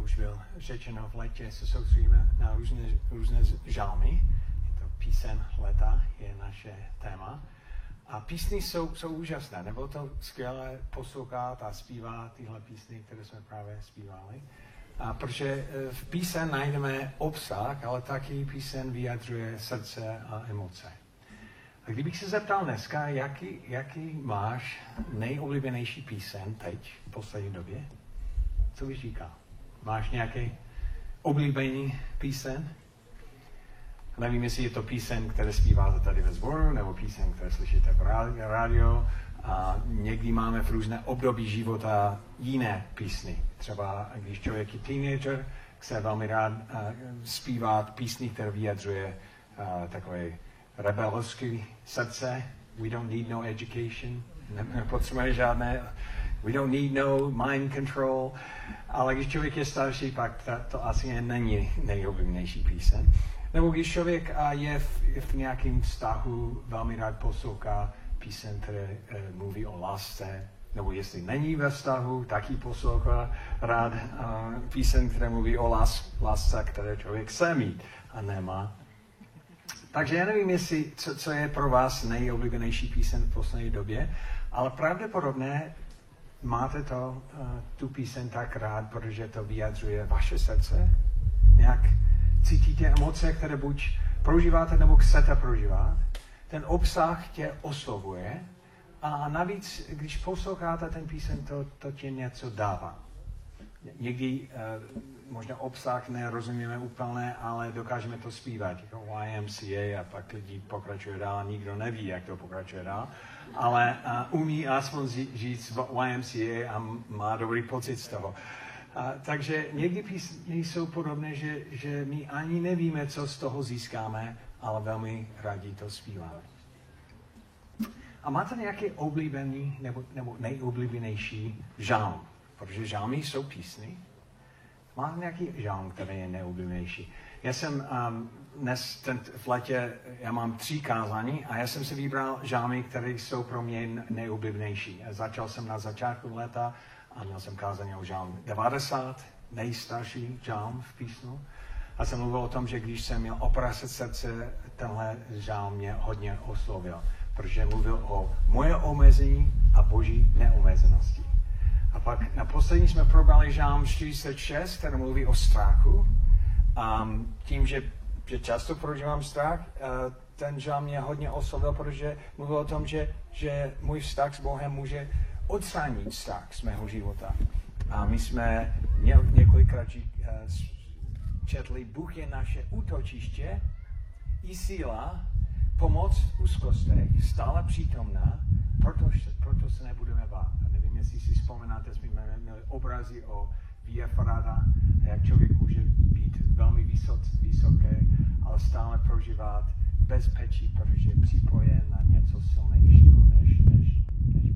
už bylo řečeno, v létě se soustředíme na různé žalmy. Je to píseň léta, je naše téma. A písny jsou úžasné. Nebylo to skvělé poslouchat a zpívat tyhle písny, které jsme právě zpívali. A protože v píseň najdeme obsah, ale taky píseň vyjadřuje srdce a emoce. A kdybych se zeptal dneska, jaký máš nejoblíbenější píseň teď, v poslední době? Co bys říkal? Máš nějaký oblíbený píseň? Nevím, jestli je to píseň, které zpíváte tady ve sboru, nebo píseň, které slyšíte v rádiu. A někdy máme v různé období života jiné písny. Třeba když člověk je teenager, chce velmi rád zpívat písny, které vyjadřuje takové rebelské srdce. We don't need no education. Nepotřebujeme žádné. We don't need no mind control. Ale když člověk je starší, pak to asi není nejoblíbenější píseň. Nebo když člověk je v nějakém vztahu, velmi rád poslouchá píseň, které mluví o lásce, nebo jestli není ve vztahu, taky poslouchá rád píseň, které mluví o lásce, které člověk chce mít a nemá. Takže já nevím, co je pro vás nejoblíbenější píseň v poslední době, ale pravděpodobně máte tu píseň tak rád, protože to vyjadřuje vaše srdce, nějak cítíte emoce, které buď prožíváte, nebo chcete prožívat. Ten obsah tě oslovuje a navíc, když posloucháte ten píseň, to tě něco dává. Někdy možná obsah nerozumíme úplně, ale dokážeme to zpívat, jako YMCA a pak lidi pokračuje dál, nikdo neví, jak to pokračuje dál, ale umí aspoň říct YMCA a má dobrý pocit z toho. Takže někdy písny jsou podobné, že my ani nevíme, co z toho získáme, ale velmi rádi to zpíváme. A máte nějaký oblíbený nebo nejoblíbenější žálm? Protože žálmy jsou písny. Máte nějaký žálm, který je nejoblíbenější? Já jsem dnes v létě, já mám 3 kázání a já jsem si vybral žálmy, které jsou pro mě nejoblíbenější. Začal jsem na začátku léta a měl jsem kázání o žálmu 90, nejstarší žálm v písmu. A jsem mluvil o tom, že když jsem měl operaci srdce, tenhle žálm mě hodně oslovil, protože mluvil o moje omezení a Boží neomezenosti. A pak na poslední jsme probrali žálm 46, který mluví o strachu. Tím, že často prožívám strach, ten žálm mě hodně oslovil, protože mluvil o tom, že můj vztah s Bohem může odstranit strach z mého života. A my jsme několikrát četli, Bůh je naše útočiště i síla, pomoc v úzkostech, stále přítomná, proto se nebudeme bát. A nevím, jestli si vzpomínáte, jsme měli obrazy o Via Ferrata, jak člověk může být velmi vysoké, ale stále prožívat bezpečí, protože je připojen na něco silnějšího než my.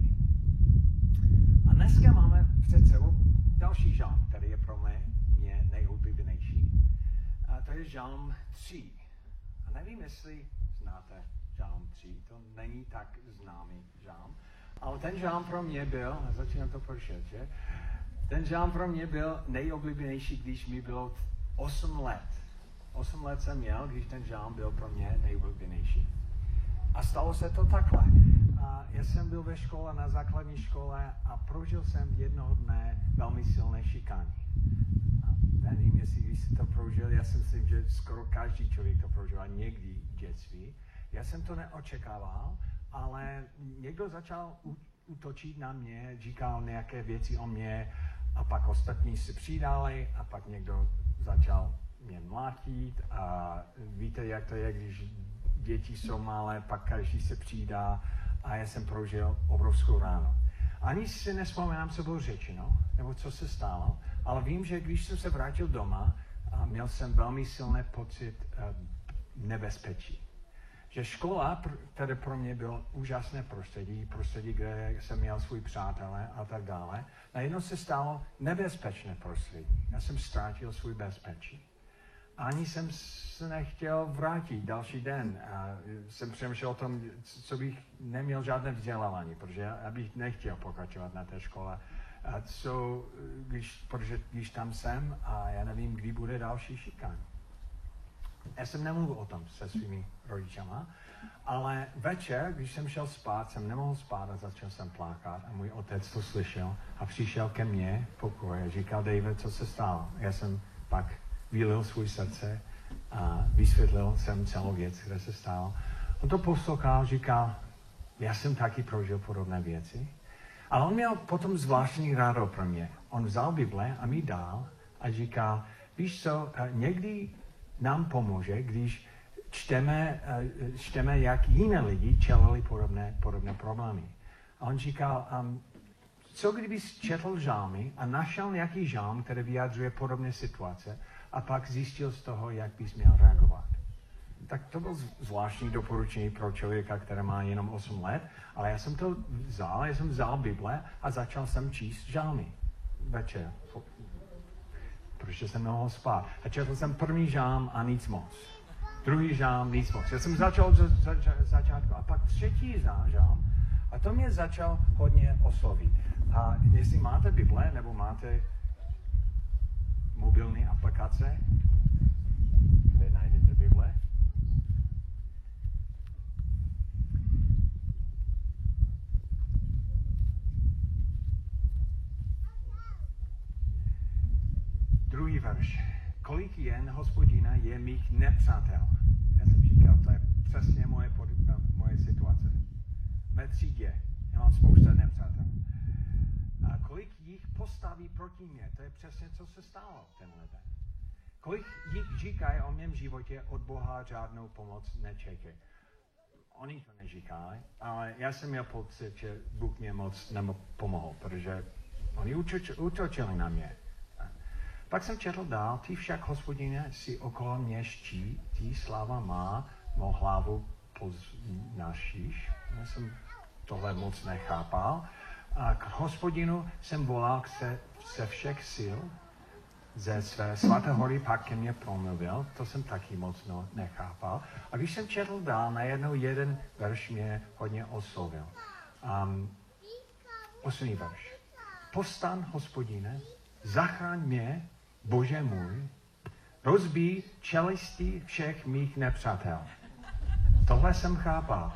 A dneska máme před sebou další žálm, který je pro mě nejoblíbenější. A to je žálm 3. A nevím, jestli znáte žálm 3, to není tak známý žálm, ale ten žálm pro mě byl, a začínám to pršet, že? Ten žálm pro mě byl nejoblíbenější, když mi bylo 8 let. 8 let jsem měl, když ten žálm byl pro mě nejoblíbenější. A stalo se to takhle. Já jsem byl ve škole, na základní škole a prožil jsem jednoho dne velmi silné šikání. Nevím, jestli jsi to prožil, já si myslím, že skoro každý člověk to prožívá někdy v dětství. Já jsem to neočekával, ale někdo začal útočit na mě, říkal nějaké věci o mě a pak ostatní se přidali a pak někdo začal mě mlátit a víte, jak to je, když děti jsou malé, pak každý se přidá a já jsem prožil obrovskou ránu. Ani si nevzpomínám, co bylo řečeno, nebo co se stalo, ale vím, že když jsem se vrátil doma, měl jsem velmi silný pocit nebezpečí. Že škola, které pro mě bylo úžasné prostředí, kde jsem měl svůj přátelé a tak dále, najednou se stalo nebezpečné prostředí. Já jsem ztratil svůj bezpečí. Ani jsem se nechtěl vrátit další den. A jsem přemýšlel o tom, co bych neměl žádné vzdělávání, protože já bych nechtěl pokračovat na té škole. A protože když tam jsem a já nevím, kdy bude další šikán. Já jsem nemluvil o tom se svými rodičama, ale večer, když jsem šel spát, jsem nemohl spát a začal jsem plákat a můj otec to slyšel a přišel ke mně v pokoji a říkal, David, co se stalo? Já jsem pak vylil svůj srdce a vysvětlil jsem celou věc, která se stala. On to poslouchal, říkal, já jsem taky prožil podobné věci, ale on měl potom zvláštní rádo pro mě. On vzal Bible a mi dal a říkal, víš co, někdy nám pomůže, když čteme, jak jiné lidi čelili podobné problémy. A on říkal, co kdybys četl žálmy a našel nějaký žálm, který vyjadřuje podobné situace a pak zjistil z toho, jak bys měl reagovat. Tak to bylo zvláštní doporučení pro člověka, který má jenom 8 let, ale já jsem vzal Bible a začal jsem číst žálmy večer, protože jsem nemohl spát. A četl jsem první žálm a nic moc. Druhý žálm, nic moc. Já jsem začal od začátku a pak třetí žálm a to mě začal hodně oslovit. A jestli máte Bible nebo máte mobilní aplikace, kde najdete Bible, druhý verš. Kolik jen Hospodina je mých nepřátel. Já jsem říkal, to je přesně moje situace. Ve třídě. Já mám spousta nepřátel. A kolik jich postaví proti mě. To je přesně, co se stalo tenhle den. Kolik jich říkají o mém životě, od Boha žádnou pomoc nečekají. Oni to neříkají, ale já jsem měl pocit, že Bůh mě moc nepomohl, protože oni útočili na mě. Pak jsem četl dál, ty však, Hospodine, si okolo mě štítí, sláva má, mou hlavu poznášíš. Já jsem tohle moc nechápal. A k Hospodinu jsem volal se všech sil, ze své svaté hory pak ke mně promluvil, to jsem taky moc nechápal. A když jsem četl dál, najednou jeden verš mě hodně oslovil. 8. verš. Povstaň, Hospodine, zachraň mě, Bože můj, rozbij čelisti všech mých nepřátel. Tohle jsem chápal.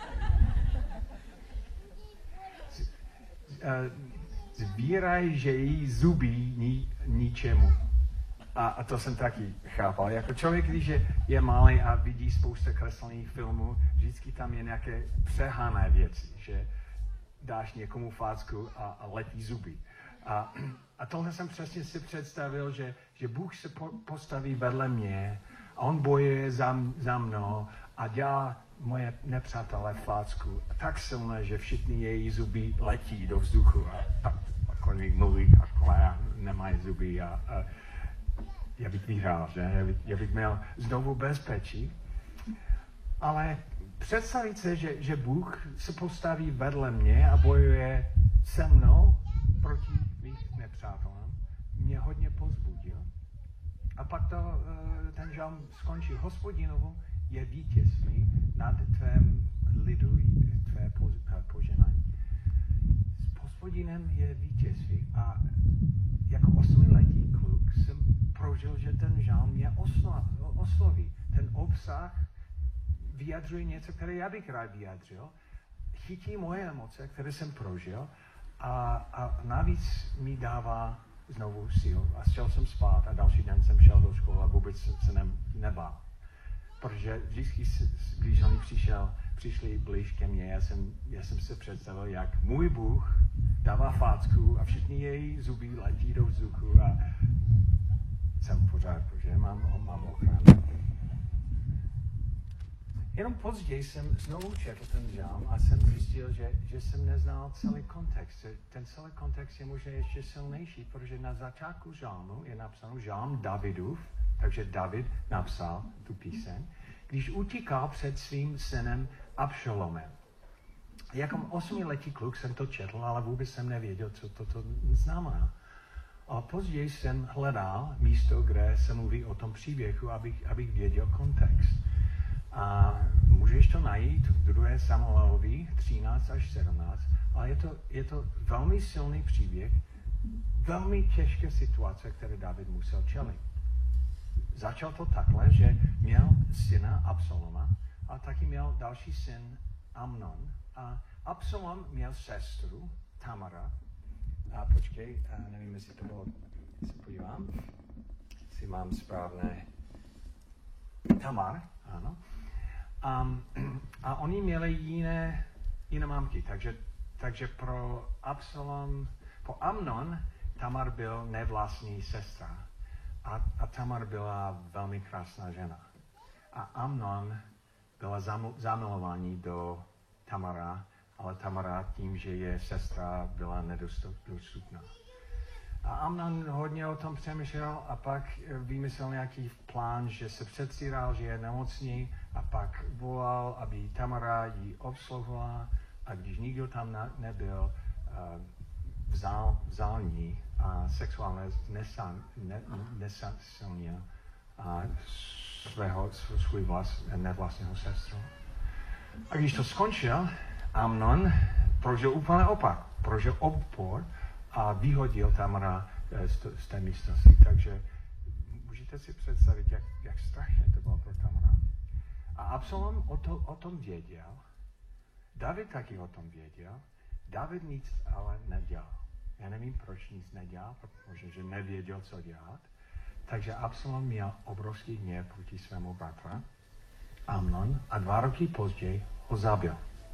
Zbíraj, že jí zuby ničemu. A to jsem taky chápal. Jako člověk, když je malý a vidí spousta kreslených filmů, vždycky tam je nějaké přehané věci, že dáš někomu facku a letí zuby. A tohle jsem přesně si představil, že Bůh se postaví vedle mě a on bojuje za mnou a dělá moje nepřátelé facku tak silné, že všichni její zuby letí do vzduchu a oni mluví a nemají zuby a já bych vyhrál, že? Já bych měl znovu bezpečí. Ale představit se, že Bůh se postaví vedle mě a bojuje se mnou proti mých nepřátelům, mě hodně povzbudil. A pak ten žalm skončí. Hospodinovu je vítězství nad tvém lidu, tvé poženání. S Hospodinem je vítězství. A jako 8letý kluk jsem prožil, že ten žalm mě osloví. Ten obsah vyjadřuje něco, které já bych rád vyjadřil. Chytí moje emoce, které jsem prožil a navíc mi dává znovu sílu. A šel jsem spát a další den jsem šel do školy a vůbec se nebál. Protože vždycky, když oni přišli blíž ke mně, já jsem si představil, jak můj Bůh dává facku a všichni její zuby letí do vzduchu a jsem v pořádku, že mám ochranu. Jenom později jsem znovu četl ten žalm a jsem zjistil, že jsem neznal celý kontext. Ten celý kontext je možná ještě silnější, protože na začátku žalmu je napsáno žalm Davidův, takže David napsal tu píseň, když utíkal před svým synem Abšalomem. Jako 8letý kluk jsem to četl, ale vůbec jsem nevěděl, co to znamená. A později jsem hledal místo, kde se mluví o tom příběhu, abych věděl kontext. A můžeš to najít v 2. Samuelovi 13 až 17, ale je to velmi silný příběh velmi těžké situace, které David musel čelit. Začal to takhle, že měl syna Absaloma a taky měl další syn Amnon. A Absalom měl sestru Tamara. A počkej, nevím, jestli to bylo, se podívám, jestli mám správné. Tamar, ano. A oni měli jiné mamky, takže pro Amnon Tamar byl nevlastní sestra. A Tamar byla velmi krásná žena. A Amnon byla zamilovaní do Tamara, ale Tamara tím, že je sestra, byla nedostupná. A Amnon hodně o tom přemýšlel a pak vymyslel nějaký plán, že se předstíral, že je nemocný a pak volal, aby Tamara ji obsluhovala a když nikdo tam nebyl, vzal ní a sexuálně nesásilnil svůj nevlastního sestru. A když to skončil, Amnon prožil úplně opak. Prožil odpor a vyhodil Tamara z té místnosti. Takže můžete si představit, jak strašně to bylo pro Tamara. A Absalom o tom věděl. David taky o tom věděl. David nic ale nedělal. Já nevím, proč nic nedělal, protože nevěděl, co dělat. Takže Absalom měl obrovský hněv proti svému bratra Amnon a 2 roky později ho zabil.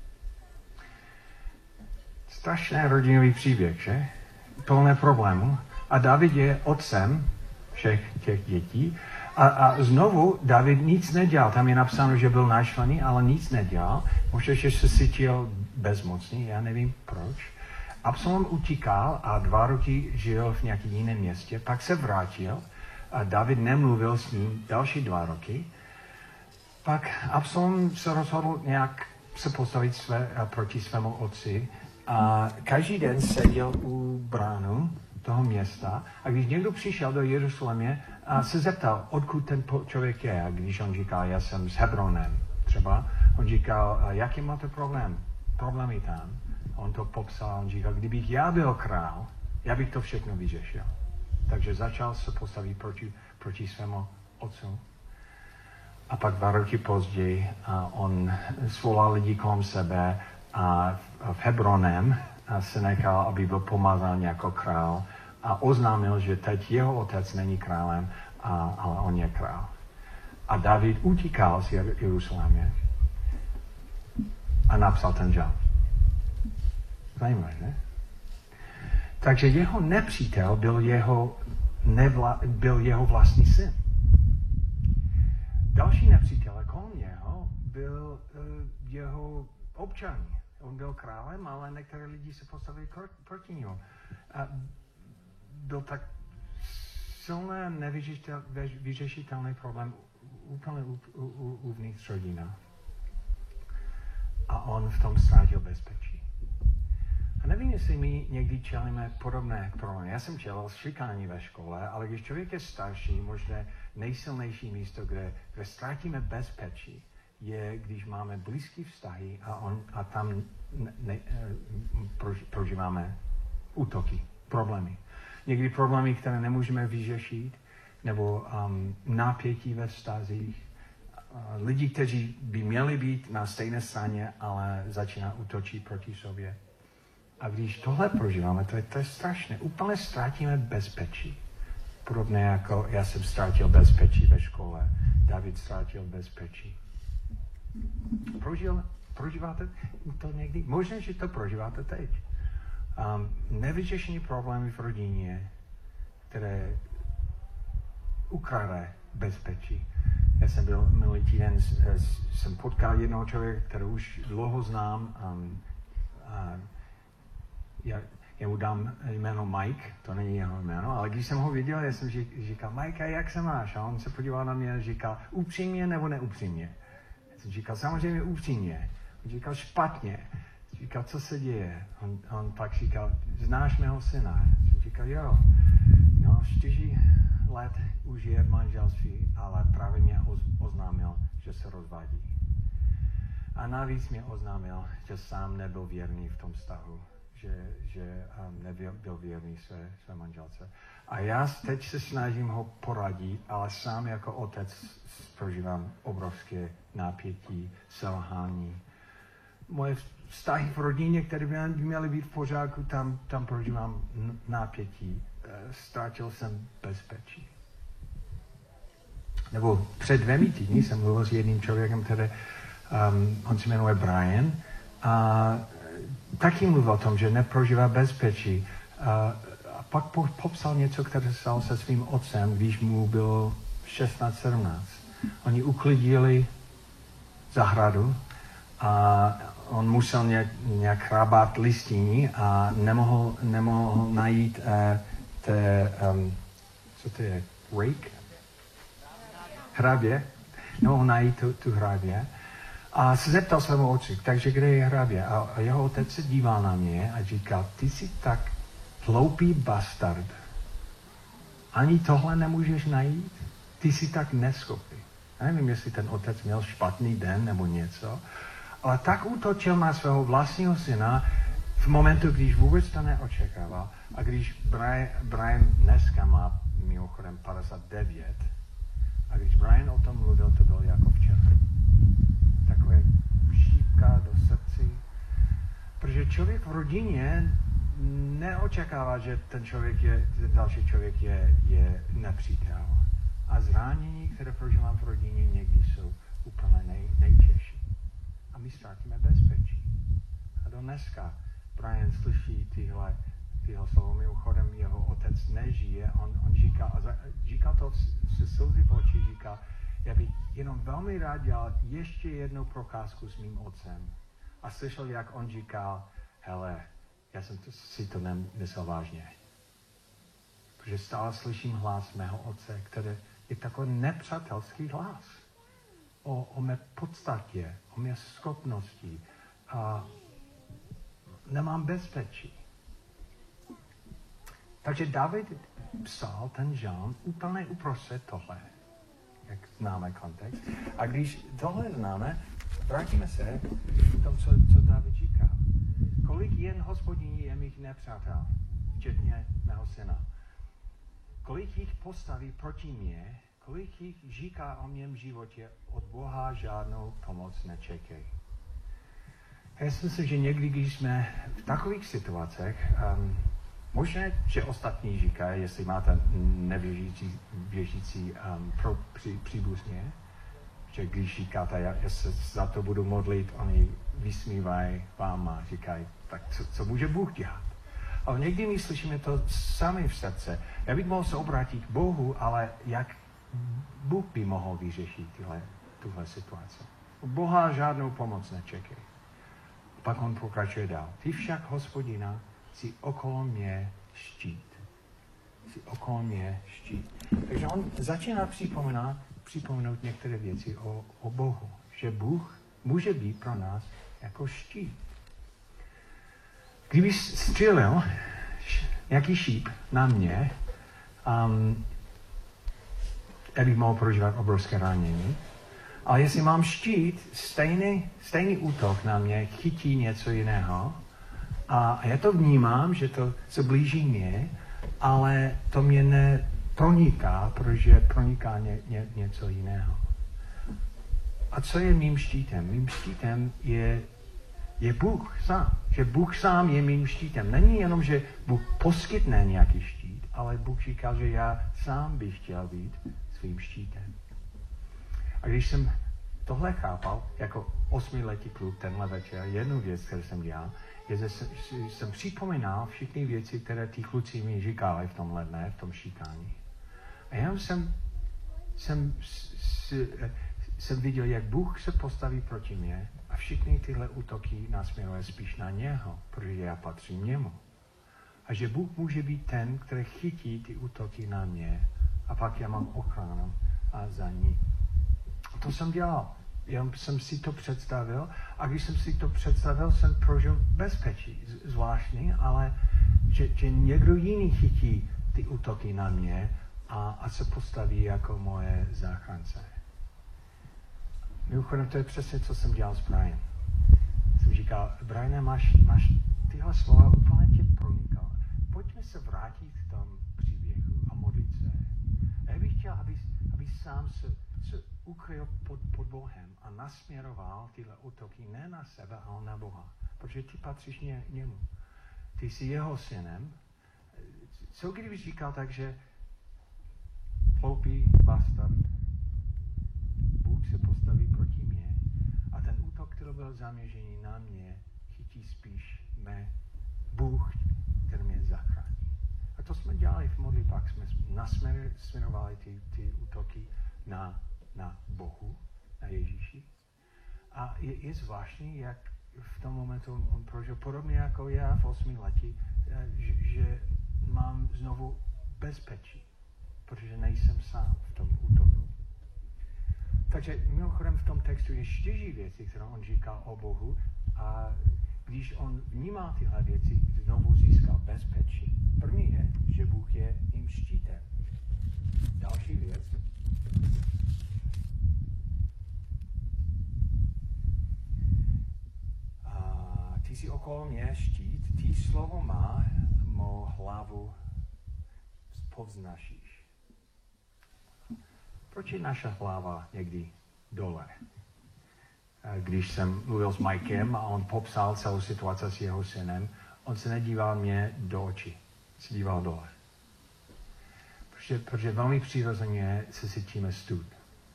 Strašný rodinový příběh, že? Plné problémů. A David je otcem všech těch dětí. A znovu David nic nedělal. Tam je napsáno, že byl naštvaný, ale nic nedělal. Možná, že se cítil bezmocný, já nevím proč. Absalom utíkal a 2 roky žil v nějakém jiném městě. Pak se vrátil a David nemluvil s ním další 2 roky. Pak Absalom se rozhodl nějak se postavit proti svému otci a každý den seděl u bránu toho města a když někdo přišel do Jeruzalémě a se zeptal, odkud ten člověk je, a když on říkal, já jsem s Hebronem třeba, on říkal, jaký máte problémy tam. On to popsal, on říkal, kdybych já byl král, já bych to všechno vyřešil. Takže začal se postavit proti svému otcu. A pak 2 roky později on svolal lidi kolem sebe a v Hebronem se nechal, aby byl pomazán jako král a oznámil, že teď jeho otec není králem, ale on je král. A David utíkal z Jeruzalémě a napsal ten žalm. Zajímavé, ne? Takže jeho nepřítel byl jeho vlastní syn. Další nepřítel kolem něho byl jeho občan. On byl králem, ale některé lidi se postavili proti němu. Byl tak silný nevyřešitelný problém úplně uvnitř rodina. A on v tom ztrátil bezpečí. A nevím, jestli my někdy čelíme podobné problémy. Já jsem čelil šikání ve škole, ale když člověk je starší, možná nejsilnější místo, kde ztratíme bezpečí, je, když máme blízké vztahy a tam prožíváme útoky, problémy. Někdy problémy, které nemůžeme vyřešit, nebo napětí ve vztazích. Lidi, kteří by měli být na stejné straně, ale začíná útočit proti sobě. A když tohle prožíváme, to je strašné. Úplně ztratíme bezpečí. Podobně jako já jsem ztratil bezpečí ve škole. David ztratil bezpečí. Prožíváte to někdy? Možná, že to prožíváte teď. Nevyřešené problémy v rodině, které ukrade bezpečí. Já jsem byl minulý týden, jsem potkal jednoho člověka, který už dlouho znám. Já mu dám jméno Mike, to není jeho jméno, ale když jsem ho viděl, já jsem říkal, Mike, jak se máš? A on se podíval na mě a říkal, upřímně nebo neupřímně? Já jsem říkal, samozřejmě upřímně. On říkal, špatně. Říkal, co se děje? On pak říkal, znáš mého syna? Já jsem říkal, jo. No, 4 let už je v manželství, ale právě mě oznámil, že se rozvádí. A navíc mě oznámil, že sám nebyl věrný v tom vztahu, že nebyl věrný své manželce. A já teď se snažím ho poradit, ale sám jako otec prožívám obrovské napětí, selhání. Moje vztahy v rodině, které by měly být v pořádku, tam prožívám napětí. Ztratil jsem bezpečí. Nebo před 2 týdny jsem mluvil s jedním člověkem, který on se jmenuje Brian, a taky mluvil o tom, že neprožívá bezpečí. A pak popsal něco, které se stalo se svým otcem, když mu bylo 16-17. Oni uklidili zahradu a on musel nějak hrabat listiny a nemohl najít co to je, rake? Hrabě. Nemohl najít tu hrabě. A se zeptal svému otci, takže kde je hrabě? A jeho otec se díval na mě a říkal, ty jsi tak hloupý bastard. Ani tohle nemůžeš najít? Ty jsi tak neschopný. Já nevím, jestli ten otec měl špatný den nebo něco, ale tak útočil na svého vlastního syna v momentu, když vůbec to neočekával. A když Brian dneska má mimochodem 59, a když Brian o tom mluvil, to bylo jako včera. Takové šípka do srdcí. Protože člověk v rodině neočekává, že ten další člověk je nepřítel. A zranění, které prožívám v rodině, někdy jsou úplně nejtěžší. A my ztratíme bezpečí. A do dneska Brian slyší tyhle slovo. Mimochodem jeho otec nežije. On říká to se slzy v oči, říká, já bych jenom velmi rád dělal ještě jednou procházku s mým otcem. A slyšel, jak on říkal, hele, já jsem si to nemyslel vážně. Protože stále slyším hlas mého otce, který je takový nepřátelský hlas. O mé podstatě, o mé schopnosti. A nemám bezpečí. Takže David psal ten žalm úplně uprostřed tohle, jak známe kontext. A když tohle známe, vrátíme se k tomu, co David říká. Kolik jen Hospodin je mých nepřátel, včetně mého syna. Kolik jich postaví proti mě, kolik jich říká o mém životě, od Boha žádnou pomoc nečekej. Já si myslím, že někdy, když jsme v takových situacích, možná, že ostatní říkají, jestli máte nevěřící příbuzně, že když říkáte, já se za to budu modlit, oni vysmívají vám a říkají, tak co může Bůh dělat? Ale někdy my slyšíme to sami v srdce. Já bych mohl se obrátit k Bohu, ale jak Bůh by mohl vyřešit tuhle situaci? Boha žádnou pomoc nečekej. Pak on pokračuje dál. Ty však, Hospodina, si okolo mě štít. Si okolo mě štít. Takže on začíná připomenout některé věci o Bohu. Že Bůh může být pro nás jako štít. Kdyby střelil nějaký šíp na mě, já bych mohl prožívat obrovské ranění, ale jestli mám štít, stejný útok na mě chytí něco jiného, a já to vnímám, že to se blíží mě, ale to mě neproniká, protože proniká něco jiného. A co je mým štítem? Mým štítem je Bůh sám. Že Bůh sám je mým štítem. Není jenom, že Bůh poskytne nějaký štít, ale Bůh říká, že já sám bych chtěl být svým štítem. A když jsem tohle chápal, jako 8letý kluk tenhle večer, jednu věc, kterou jsem dělal, je, že jsem připomínal všechny věci, které ty kluci mi říkali v tomhle dne, v tom šítání. A jenom jsem viděl, jak Bůh se postaví proti mě a všechny tyhle útoky nasměruje spíš na něho, protože já patřím němu. A že Bůh může být ten, který chytí ty útoky na mě a pak já mám ochranu a za ní. A to jsem dělal. Já jsem si to představil a když jsem si to představil, jsem prožil bezpečí. Zvláštní, ale že někdo jiný chytí ty útoky na mě a se postaví jako moje záchránce. Mimochodem, to je přesně, co jsem dělal s Brianem. Jsem říkal, Briane, máš tyhle slova úplně tě pronikal. Pojďme se vrátit k tomu příběhu a modlit se. A já bych chtěl, aby sám se ukryl pod Bohem a nasměroval tyhle útoky ne na sebe, ale na Boha. Protože ty patříš němu. Ty jsi jeho synem. Co kdybych říkal tak, že hloupý bastard, Bůh se postaví proti mně a ten útok, který byl zaměřený na mě, chytí spíš Bůh, který mě zachrání. A to jsme dělali v modlitbách, jsme nasměrovali ty útoky na Bohu, na Ježíši. A je zvláštní, jak v tom momentu on prožil podobně jako já v 8 letí, že mám znovu bezpečí, protože nejsem sám v tom útoku. Takže mimochodem v tom textu je 4 věci, které on říkal o Bohu a když on vnímá tyhle věci, znovu získal bezpečí. První je, že Bůh je jim štítem. Další věc. Ty jsi okolo mě štít, ty slovo má, mou hlavu povznášíš. Proč je naše hlava někdy dole? Když jsem mluvil s Mikem a on popsal celou situaci s jeho synem, on se nedíval mě do očí, se díval dole. Protože velmi přirozeně se cítíme stud.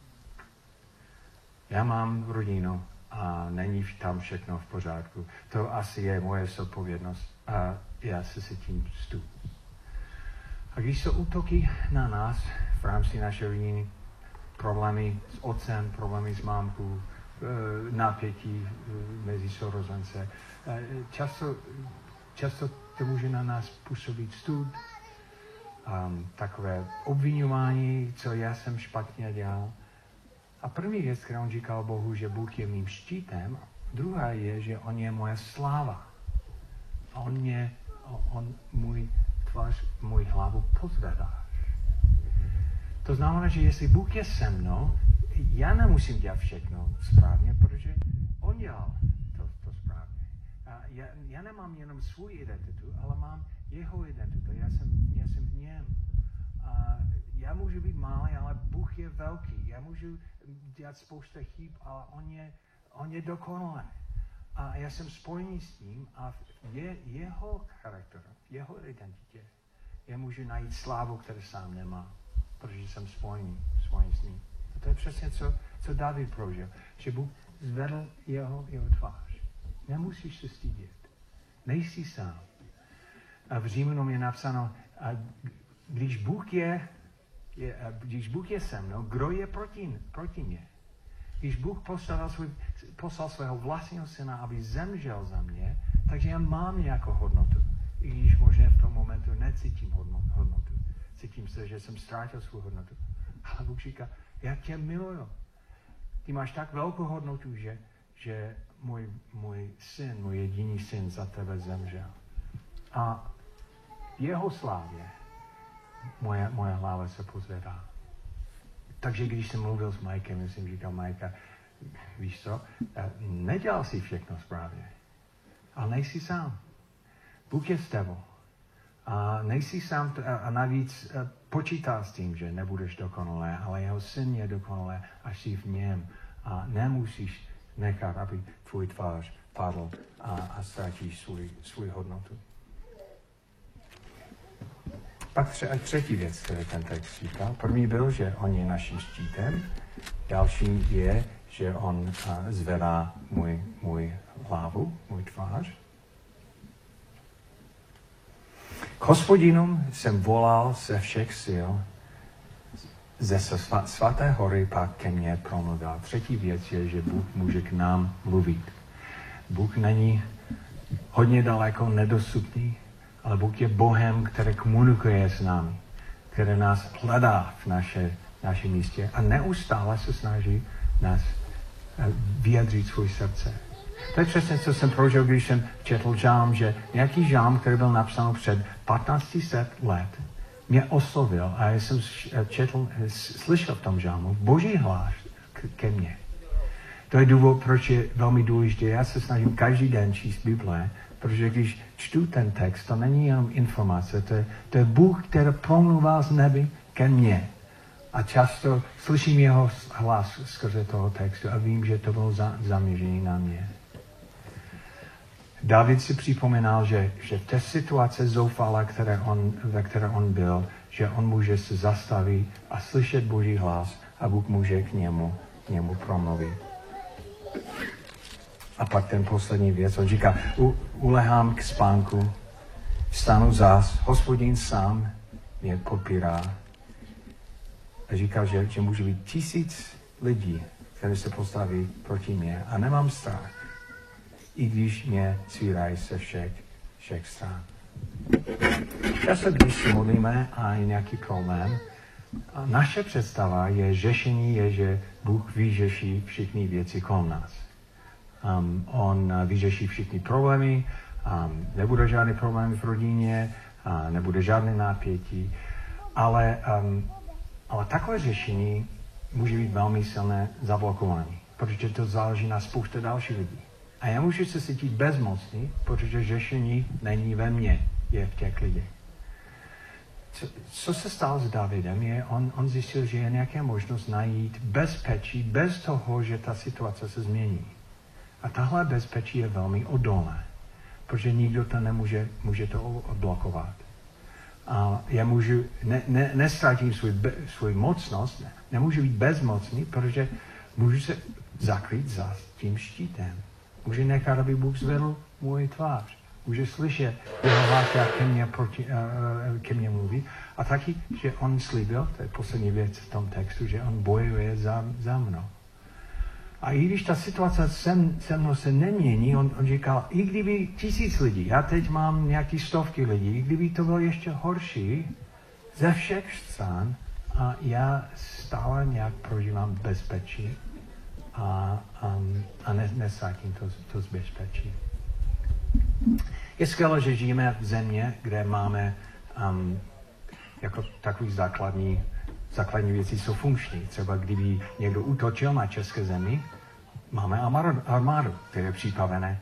Já mám rodinu a není tam všechno v pořádku. To asi je moje zodpovědnost a já se cítím stud. A když jsou útoky na nás v rámci naší rodiny, problémy s otcem, problémy s mámkou, napětí mezi sourozence, často to může na nás působit stud, takové obviňování, co já jsem špatně dělal. A první věc, kterou on říkal Bohu, že Bůh je mým štítem, druhá je, že on je moje sláva. A on můj hlavu pozvedá. To znamená, že jestli Bůh je se mnou, já nemusím dělat všechno správně, protože on dělal to správně. A já nemám jenom svou identitu, ale mám jeho identitu. Já jsem v něm. A já můžu být malý, ale Bůh je velký. Já můžu dělat spousta chyb, ale on je dokonalý. A já jsem spojený s ním a v jeho charakteru, v jeho identitě, já můžu najít slávu, kterou sám nemá, protože jsem spojený s ním. A to je přesně, co David prožil, že Bůh zvedl jeho tvář. Nemusíš se stydět. Nejsi sám. A v Římanům je napsáno, když Bůh je se mnou, kdo je proti mě? Když Bůh poslal svého vlastního syna, aby zemřel za mě, takže já mám nějakou hodnotu. I když možná v tom momentu necítím hodnotu. Cítím se, že jsem ztrátil svou hodnotu. Ale Bůh říká, já tě miluju. Ty máš tak velkou hodnotu, že můj syn, můj jediný syn za tebe zemřel. A v jeho slávě moje hlava se pozvedá. Takže když jsem mluvil s Mikem, jsem říkal, Mike, víš co, nedělal si všechno správně, ale nejsi sám. Bůh je s tebou. A nejsi sám a navíc počítá s tím, že nebudeš dokonalý, ale jeho syn je dokonalý a jsi v něm. A nemusíš nechat, aby tvůj tvář padl a ztratíš svou hodnotu. Pak třetí věc, kterou ten text říkal. První byl, že on je naším štítem. Další je, že on zvedá můj hlavu, můj tvář. K Hospodinům jsem volal ze všech sil, ze svaté hory pak ke mně promluvil. Třetí věc je, že Bůh může k nám mluvit. Bůh není hodně daleko, nedostupný, ale Bůh je Bohem, který komunikuje s námi, který nás hledá v našem místě a neustále se snaží nás vyjadřit svůj srdce. To je přesně, co jsem prožil, když jsem četl žálm, že nějaký žálm, který byl napsán před 1500 let, mě oslovil a já jsem slyšel v tom žálmu Boží hlas ke mně. To je důvod, proč je velmi důležité. Já se snažím každý den číst Bible Protože když čtu ten text, to není jenom informace, to je Bůh, který promluvá z nebe ke mně. A často slyším jeho hlas skrze toho textu a vím, že to bylo zaměřené na mě. David si připomínal, že v té situaci zoufalé, ve které on byl, že on může se zastavit a slyšet Boží hlas a Bůh může k němu promluvit. A pak ten poslední věc, on říká, ulehám k spánku, vstanu zás, Hospodin sám mě podpírá. A říkal, že může být 1000 lidí, kteří se postaví proti mě a nemám strach, i když mě svírají se všech stran. Často, když se modlíme a je nějaký problém, a naše představa je, řešení je, že Bůh vyřeší všechny věci kolem nás. On vyřeší všechny problémy, nebude žádný problém v rodině, nebude žádné napětí, ale takové řešení může být velmi silné zablokované, protože to záleží na spoustě dalších lidí. A já můžu se cítit bezmocný, protože řešení není ve mně, je v těch lidech. Co se stalo s Davidem, je, on zjistil, že je nějaká možnost najít bezpečí bez toho, že ta situace se změní. A tahle bezpečí je velmi odolné, protože nikdo to může to odblokovat. A já nestratím svou mocnost, nemůžu být bezmocný, protože můžu se zakrýt za tím štítem. Může nechat, aby Bůh zvedl můj tvář. Může slyšet jeho hlas, jak ke mně mluví. A taky, že on slíbil, to je poslední věc v tom textu, že on bojuje za mnou. A i když ta situace se mnou se nemění, on říkal, i kdyby 1000 lidí, já teď mám nějaký 100 lidí, i kdyby to bylo ještě horší, ze všech stran, a já stále nějak prožívám bezpečí a nesátím to z bezpečí. Je skvělé, že žijeme v země, kde máme jako takový základní věci jsou funkční. Třeba kdyby někdo útočil na české zemi, máme armádu, která je připravená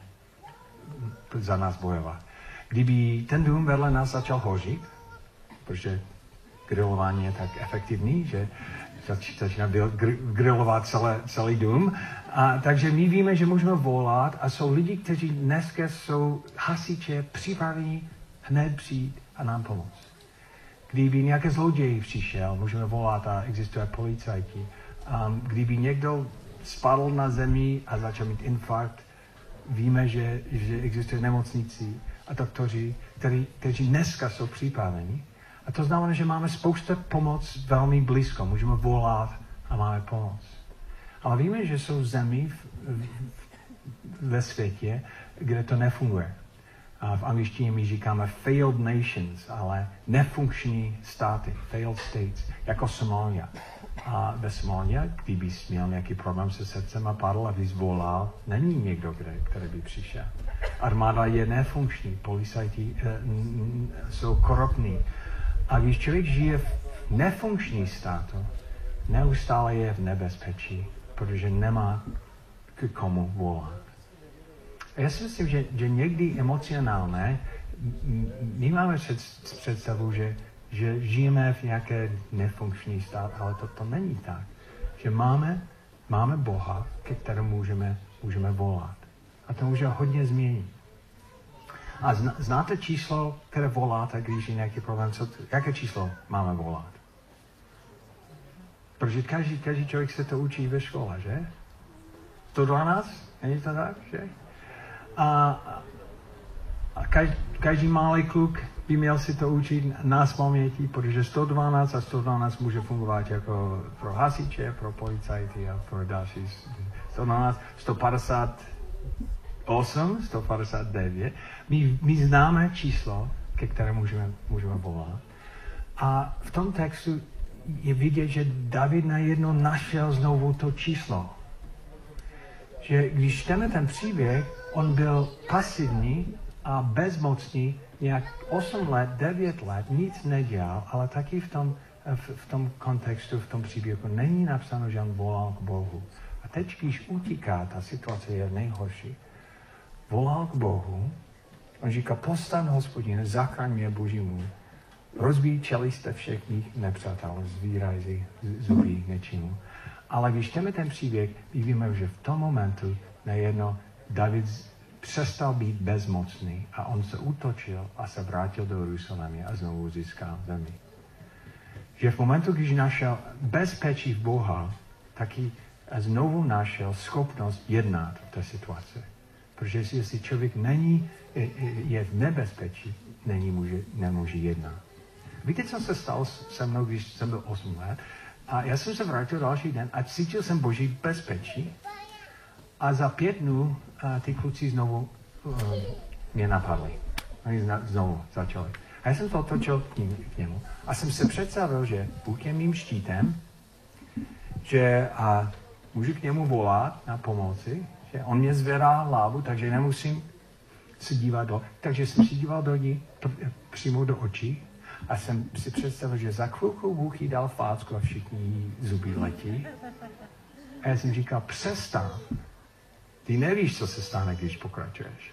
za nás bojovat. Kdyby ten dům vedle nás začal hořit, protože grilování je tak efektivní, že začíná grilovat celý dům, takže my víme, že můžeme volat a jsou lidi, kteří dneska jsou hasiče připraveni hned přijít a nám pomoct. Kdyby nějaký zloděj přišel, můžeme volat a existuje policajti. Kdyby někdo spadl na zemi a začal mít infarkt, víme, že existuje nemocnici a doktoři, kteří dneska jsou připraveni. A to znamená, že máme spoustu pomoc velmi blízko. Můžeme volat a máme pomoc. Ale víme, že jsou zemi ve světě, kde to nefunguje. V angličtině my říkáme failed nations, ale nefunkční státy, failed states, jako Somália. A ve Somálii, kdybys měl nějaký problém se srdcem a padl a bys volal, není někdo, který by přišel. Armáda je nefunkční, policajti jsou korupční. A když člověk žije v nefunkční státu, neustále je v nebezpečí, protože nemá k komu volat. A já si myslím, že někdy emocionálně my máme představu, že žijeme v nějaké nefunkční stát, ale to není tak. Že máme Boha, ke kterému můžeme volat. A to může hodně změnit. A znáte číslo, které voláte, když je nějaký problém? Jaké číslo máme volat? Protože každý člověk se to učí ve škole, že? 112? Není to tak, že? A každý malý kluk by měl si to učit na paměti, protože 112 a 112 může fungovat jako pro hasiče, pro policajty a pro další. 112, 158, 159. My známe číslo, ke kterému můžeme volat. A v tom textu je vidět, že David najednou našel znovu to číslo. Že když čteme ten příběh, on byl pasivní a bezmocný, nějak 8 let, 9 let, nic nedělal, ale taky v tom kontextu, v tom příběhu není napsáno, že on volal k Bohu. A teď, když utíká, ta situace je nejhorší, volal k Bohu On říká, povstaň, Hospodine, zachraň mě, Boží můj. Rozbíj čeliste všech mých nepřátel, zvýraj zuby něčemu. Ale když čteme ten příběh, vidíme, že v tom momentu najednou David přestal být bezmocný a on se útočil a se vrátil do Jeruzalémy a znovu získal zemi. Že v momentu, když našel bezpečí v Boha, taky znovu našel schopnost jednat v té situaci. Protože jestli člověk je v nebezpečí, nemůže jednat. Víte, co se stalo se mnou, když jsem byl 8 let? A já jsem se vrátil další den a cítil jsem Boží bezpečí. A za 5 dnů ty kluci znovu mě napadli. Oni znovu začali. A já jsem to otočil k němu. A jsem se představil, že Bůh je mým štítem, že můžu k němu volat na pomoci, že on mě zvedá hlavu, takže nemusím se dívat takže jsem si díval do ní, přímo do očí a jsem si představil, že za chvilku Bůh jí dal fácku a všichni zuby letí. A já jsem říkal, přestaň. Ty nevíš, co se stane, když pokračuješ.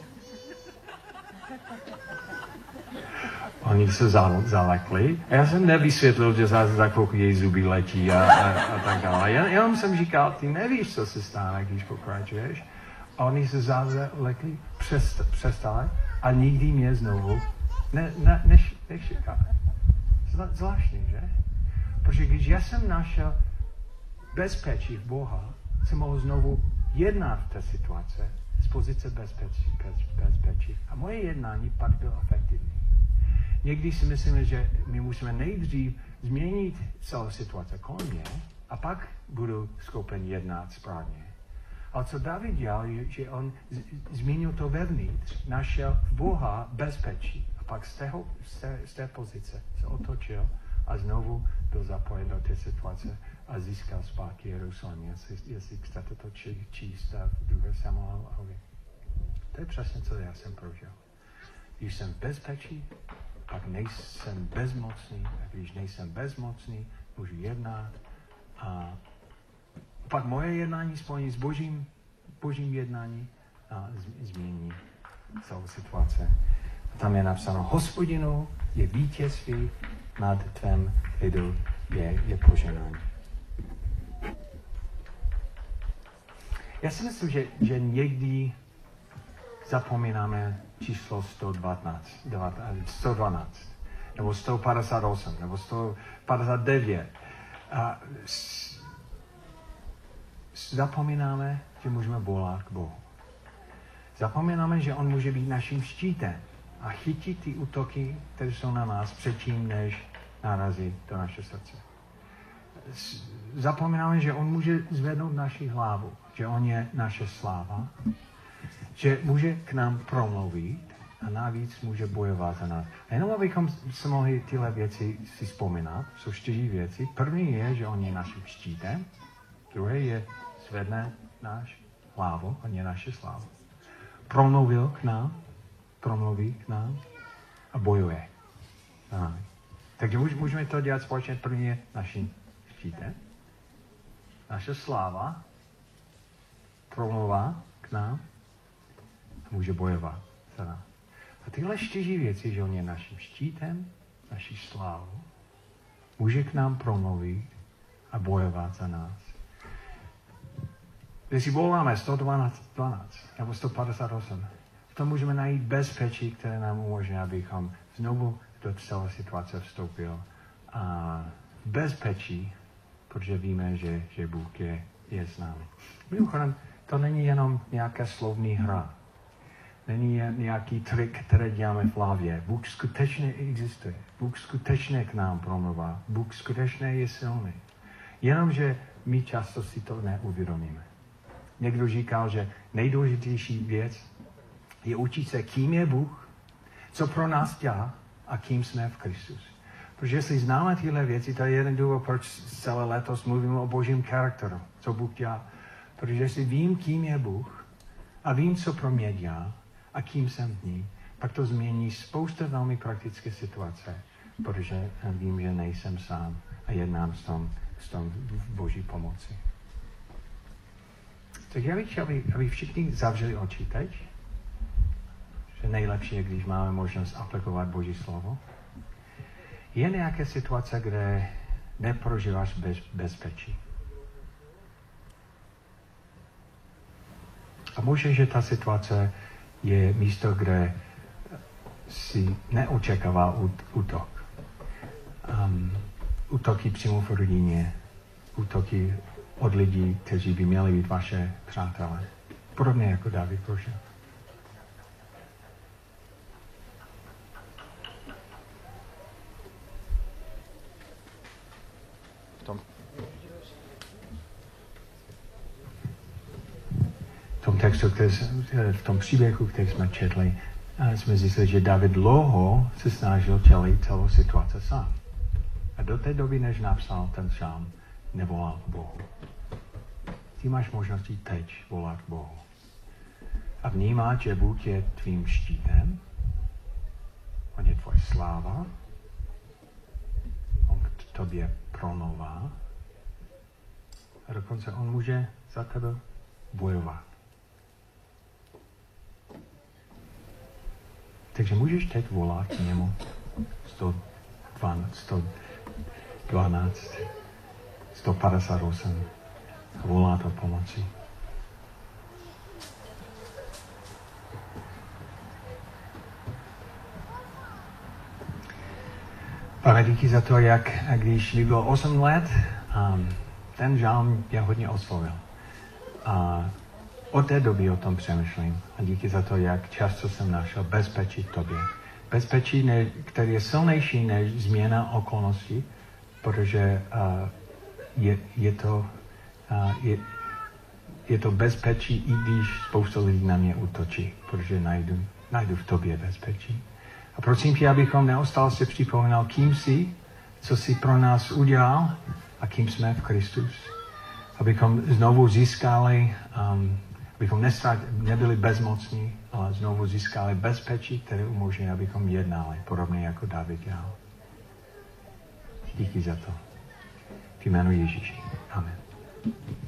Oni se zalekli. A já jsem nevysvětlil, že za chvilku její zuby letí a tak dále. Jenom jsem říkal, ty nevíš, co se stane, když pokračuješ. A oni se zalekli, přestali a nikdy mě znovu nešikali. Zvláštní, že? Protože když já jsem našel bezpečí v Boha, jsem mohl znovu jednat v té situace z pozice bezpečí. A moje jednání pak bylo efektivní. Někdy si myslíme, že my musíme nejdřív změnit celou situaci kolem mě a pak budu schopen jednat správně. Ale co David dělal, že on změnil to vevnitř, našel v Boha bezpečí a pak z té pozice se otočil a znovu byl zapojen do té situace a získal zpátky Jeruzalém. Jestli chcete to číst v 2. Samuelovi. To je přesně, co já jsem prožil. Když jsem v bezpečí, pak nejsem bezmocný, a když nejsem bezmocný, můžu jednat a pak moje jednání spojení s božím jednání a změní celou situaci. Tam je napsáno, Hospodinu je vítězství nad tvém lidu, je poženání. Já si myslím, že někdy zapomínáme číslo 112, nebo 158, nebo 159. A zapomínáme, že můžeme volat k Bohu. Zapomínáme, že on může být naším štítem a chytit ty útoky, které jsou na nás předtím, než narazí do naše srdce. Zapomínáme, že on může zvednout naši hlavu, že on je naše sláva, že může k nám promluvit a navíc může bojovat za nás. A jenom abychom se mohli tyhle věci si vzpomínat, jsou 4 věci. První je, že on je naším štítem, druhé je zvedne náš hlavu, on je naše sláva. Promluví k nám a bojuje. Takže můžeme to dělat společně. První je naším štítem, naše sláva, promluvá k nám a může bojovat za nás. A tyhle 4 věci, že on je naším štítem, naší slávou, může k nám promluvit a bojovat za nás. Když si voláme 112 nebo 158, v tom můžeme najít bezpečí, které nám umožní, abychom znovu do celé situace vstoupil. A bezpečí, protože víme, že Bůh je s námi. Mimochodem, to není jenom nějaká slovní hra. Není nějaký trik, který děláme v hlavě. Bůh skutečně existuje. Bůh skutečně k nám promluvá. Bůh skutečně je silný. Jenomže my často si to neuvědomíme. Někdo říkal, že nejdůležitější věc je učit se, kým je Bůh, co pro nás dělá a kým jsme v Kristusu. Protože jestli známe tyhle věci, to je jeden důvod, proč celé letos mluvíme o božím charakteru, co Bůh dělá. Protože jestli vím, kým je Bůh a vím, co pro mě dělá a kým jsem v ní, pak to změní spoustu velmi praktické situace, protože vím, že nejsem sám a jednám s tom boží pomoci. Tak já bych chtěl, aby všichni zavřeli oči teď. že nejlepší je, když máme možnost aplikovat Boží slovo. Je nějaké situace, kde neprožíváš bezpečí. A může, že ta situace je místo, kde si neočekával útok. Útoky přímo v rodině, útoky od lidí, kteří by měli být vaše přátelé. Podobně jako David prožil. V tom textu, v tom příběhu, který jsme četli, jsme zjistili, že David dlouho se snažil čelit celou situaci sám. A do té doby, než napsal ten žálm, nevolal k Bohu. Ty máš možnost i teď volat k Bohu. A vnímat, že Bůh je tvým štítem, on je tvoje sláva, on k tobě promlouvá a dokonce on může za tebe bojovat. Takže můžeš teď volat k němu 112, 158 a volat o pomoci. Pane, díky za to, jak když mi bylo 8 let, ten žálm mě hodně oslovil. A od té doby o tom přemýšlím. A díky za to, jak často jsem našel bezpečí v tobě. Bezpečí, který je silnější než změna okolností, protože je to bezpečí, i když spousta lidí na mě útočí, protože najdu v tobě bezpečí. A prosím tě, abychom neustále si připomínal, kým jsi, co jsi pro nás udělal a kým jsme v Kristus. Abychom znovu získali, abychom nebyli bezmocní, ale znovu získali bezpečí, které umožní, abychom jednali, podobně jako David dělal. Díky za to. V jménu Ježíši. Amen.